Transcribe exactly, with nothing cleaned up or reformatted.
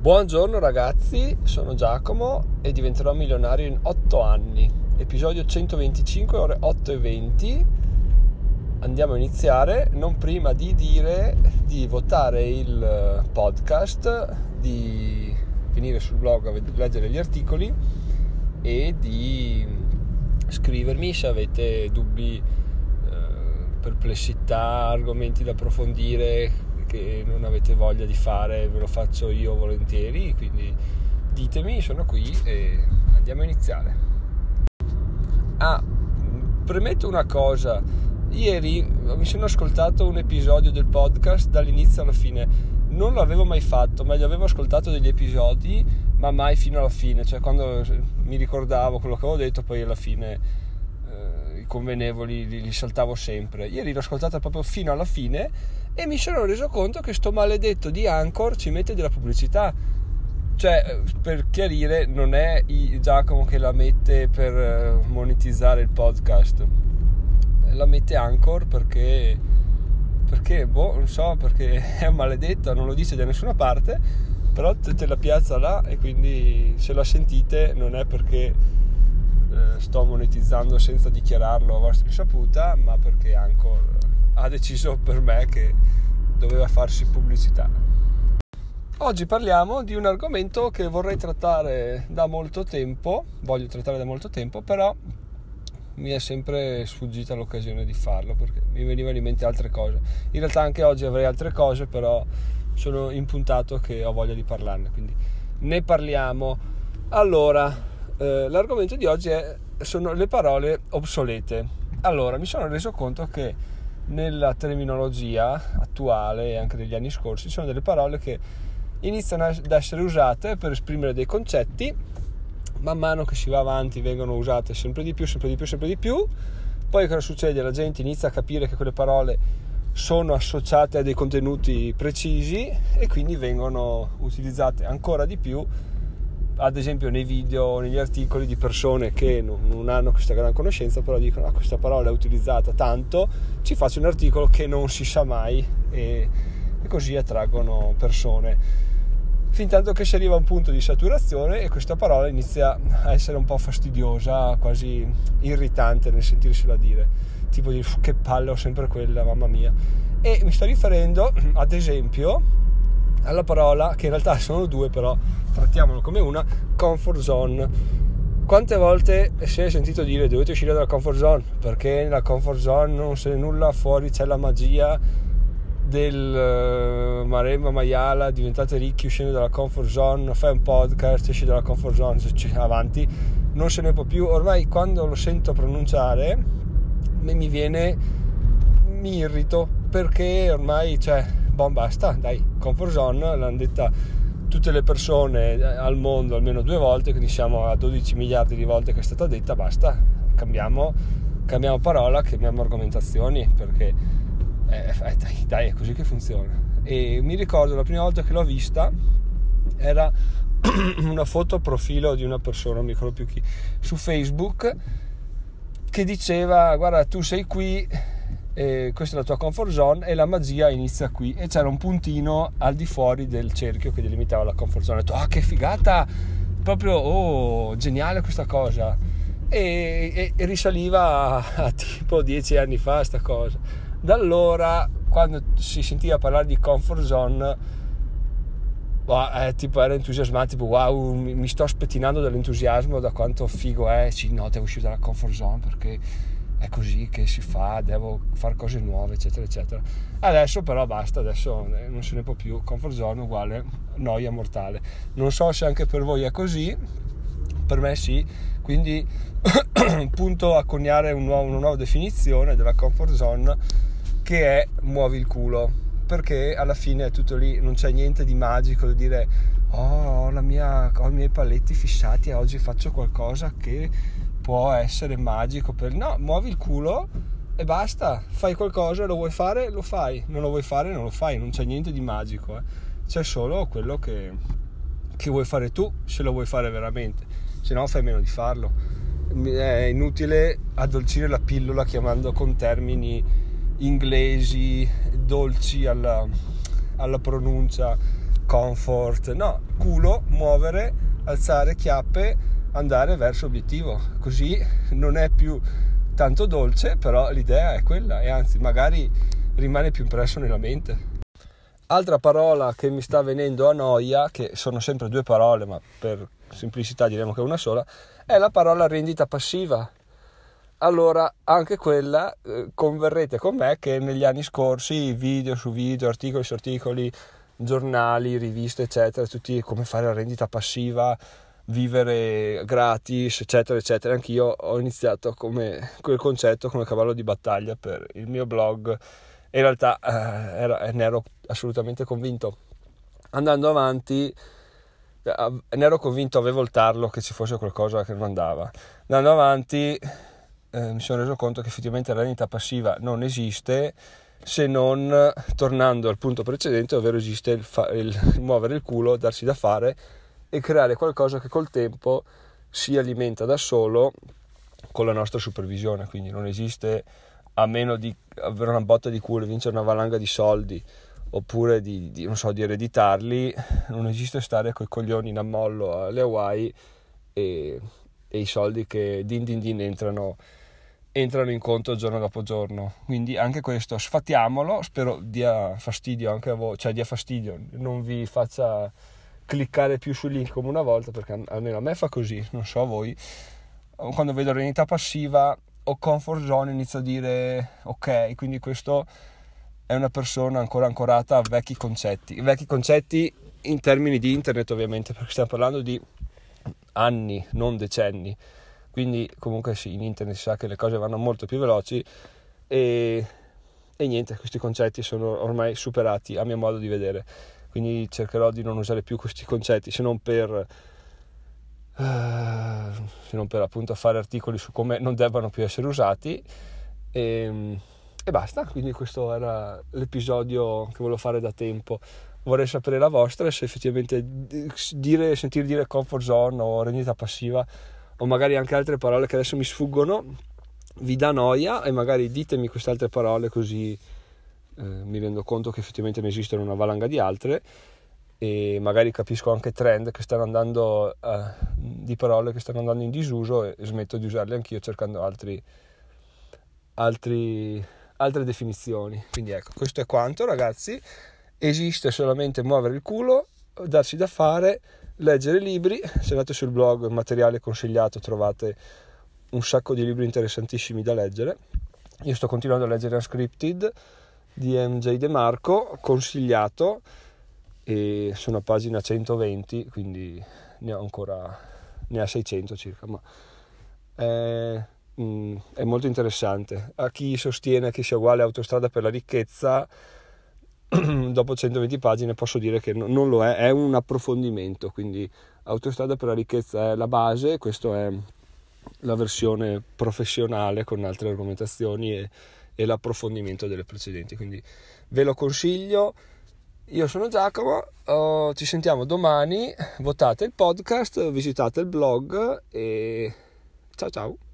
Buongiorno ragazzi, sono Giacomo e diventerò milionario in otto anni. Episodio centoventicinque, ore otto e venti. Andiamo a iniziare, non prima di dire di votare il podcast, di venire sul blog a leggere gli articoli e di scrivermi se avete dubbi, perplessità, argomenti da approfondire che non avete voglia di fare, ve lo faccio io volentieri, quindi ditemi, sono qui e andiamo a iniziare. Ah, premetto una cosa, ieri mi sono ascoltato un episodio del podcast dall'inizio alla fine, non l'avevo mai fatto, ma gli avevo ascoltato degli episodi, ma mai fino alla fine, cioè quando mi ricordavo quello che avevo detto, poi alla fine i convenevoli li, li saltavo sempre. Ieri l'ho ascoltata proprio fino alla fine e mi sono reso conto che sto maledetto di Anchor ci mette della pubblicità. Cioè, per chiarire, non è Giacomo che la mette per monetizzare il podcast, la mette Anchor perché perché boh, non so, perché è maledetta, non lo dice da nessuna parte, però te, te la piazza là, e quindi se la sentite non è perché sto monetizzando senza dichiararlo a vostra insaputa, ma perché Anchor ha deciso per me che doveva farsi pubblicità. Oggi parliamo di un argomento che vorrei trattare da molto tempo, voglio trattare da molto tempo, però mi è sempre sfuggita l'occasione di farlo perché mi venivano in mente altre cose. In realtà anche oggi avrei altre cose, però sono impuntato che ho voglia di parlarne, quindi ne parliamo. Allora, eh, l'argomento di oggi è sono le parole obsolete. Allora, mi sono reso conto che nella terminologia attuale e anche degli anni scorsi ci sono delle parole che iniziano ad essere usate per esprimere dei concetti, man mano che si va avanti vengono usate sempre di più, sempre di più, sempre di più. Poi cosa succede? La gente inizia a capire che quelle parole sono associate a dei contenuti precisi e quindi vengono utilizzate ancora di più, ad esempio nei video, negli articoli di persone che non, non hanno questa gran conoscenza, però dicono ah, questa parola è utilizzata tanto, ci faccio un articolo che non si sa mai, e, e così attraggono persone, fin tanto che si arriva a un punto di saturazione e questa parola inizia a essere un po' fastidiosa, quasi irritante nel sentirsela dire, tipo di che palle, ho sempre quella, mamma mia. E mi sto riferendo ad esempio alla parola, che in realtà sono due, però trattiamolo come una, comfort zone. Quante volte si è sentito dire dovete uscire dalla comfort zone perché nella comfort zone non c'è nulla, fuori c'è la magia del uh, Maremma Maiala, diventate ricchi uscendo dalla comfort zone, fai un podcast, esci dalla comfort zone, avanti, non se ne può più. Ormai quando lo sento pronunciare mi viene, mi irrito, perché ormai cioè bon basta, dai, comfort zone l'hanno detta tutte le persone al mondo almeno due volte, quindi siamo a dodici miliardi di volte che è stata detta, basta, cambiamo cambiamo parola, cambiamo argomentazioni, perché eh, eh, dai, dai, è così che funziona. E mi ricordo la prima volta che l'ho vista era una foto profilo di una persona, non mi ricordo più chi, su Facebook, che diceva guarda, tu sei qui, e questa è la tua comfort zone e la magia inizia qui, e c'era un puntino al di fuori del cerchio che delimitava la comfort zone. Ho detto ah, che figata, proprio oh, geniale questa cosa, e, e, e risaliva a, a tipo dieci anni fa sta cosa. Da allora, quando si sentiva parlare di comfort zone, wow, eh, tipo era entusiasmato, tipo wow, mi, mi sto spettinando dall'entusiasmo da quanto figo è, sì, no, devo uscire dalla comfort zone perché è così che si fa, devo fare cose nuove, eccetera eccetera. Adesso però basta, adesso non se ne può più, comfort zone uguale noia mortale. Non so se anche per voi è così, per me sì, quindi punto a coniare un nuovo, una nuova definizione della comfort zone, che è muovi il culo, perché alla fine è tutto lì, non c'è niente di magico da dire oh, ho, la mia, ho i miei paletti fissati e oggi faccio qualcosa che può essere magico per... no, muovi il culo e basta, fai qualcosa, lo vuoi fare, lo fai, non lo vuoi fare, non lo fai, non c'è niente di magico, eh. C'è solo quello che, che vuoi fare tu, se lo vuoi fare veramente, se no fai meno di farlo. È inutile addolcire la pillola chiamando con termini inglesi dolci alla, alla pronuncia comfort, no, culo, muovere, alzare chiappe, andare verso obiettivo, così non è più tanto dolce, però l'idea è quella, e anzi magari rimane più impresso nella mente. Altra parola che mi sta venendo a noia, che sono sempre due parole ma per semplicità diremo che è una sola, è la parola rendita passiva. Allora anche quella, eh, converrete con me che negli anni scorsi video su video, articoli su articoli, giornali, riviste eccetera, tutti come fare la rendita passiva, vivere gratis eccetera eccetera. Anch'io ho iniziato come quel concetto come cavallo di battaglia per il mio blog. In realtà eh, era, ne ero assolutamente convinto. Andando avanti eh, ne ero convinto, avevo il tarlo che ci fosse qualcosa che non andava. Andando avanti eh, mi sono reso conto che effettivamente la rendita passiva non esiste, se non tornando al punto precedente, ovvero esiste il, fa- il muovere il culo, darsi da fare e creare qualcosa che col tempo si alimenta da solo con la nostra supervisione. Quindi non esiste, a meno di avere una botta di culo e vincere una valanga di soldi oppure di, di non so di ereditarli, non esiste stare coi coglioni in ammollo alle Hawaii e, e i soldi che din din din entrano entrano in conto giorno dopo giorno. Quindi anche questo sfatiamolo, spero dia fastidio anche a voi, cioè dia fastidio, non vi faccia cliccare più sul link come una volta, perché almeno a me fa così, non so a voi. Quando vedo rendita passiva o comfort zone inizio a dire ok, quindi questo è una persona ancora ancorata a vecchi concetti, vecchi concetti in termini di internet ovviamente, perché stiamo parlando di anni, non decenni, quindi comunque sì, in internet si sa che le cose vanno molto più veloci e, e niente, questi concetti sono ormai superati a mio modo di vedere, quindi cercherò di non usare più questi concetti se non per Uh, se non per appunto fare articoli su come non debbano più essere usati e, e basta. Quindi questo era l'episodio che volevo fare da tempo. Vorrei sapere la vostra, se effettivamente dire, sentir dire comfort zone o rendita passiva o magari anche altre parole che adesso mi sfuggono vi dà noia, e magari ditemi queste altre parole, così eh, mi rendo conto che effettivamente ne esistono una valanga di altre e magari capisco anche trend che stanno andando uh, di parole che stanno andando in disuso e smetto di usarle anch'io cercando altri, altri altre definizioni. Quindi ecco, questo è quanto, ragazzi. Esiste solamente muovere il culo, darsi da fare, leggere libri. Se andate sul blog materiale consigliato trovate un sacco di libri interessantissimi da leggere. Io sto continuando a leggere Unscripted di M J De Marco, consigliato, e sono a pagina centoventi, quindi ne ho ancora ne ha seicento circa, ma è, mm, è molto interessante. A chi sostiene che sia uguale a Autostrada per la ricchezza, dopo centoventi pagine posso dire che no, non lo è, è un approfondimento. Quindi Autostrada per la ricchezza è la base, questo è la versione professionale con altre argomentazioni e, e l'approfondimento delle precedenti, quindi ve lo consiglio. Io sono Giacomo, oh, ci sentiamo domani, votate il podcast, visitate il blog e ciao ciao.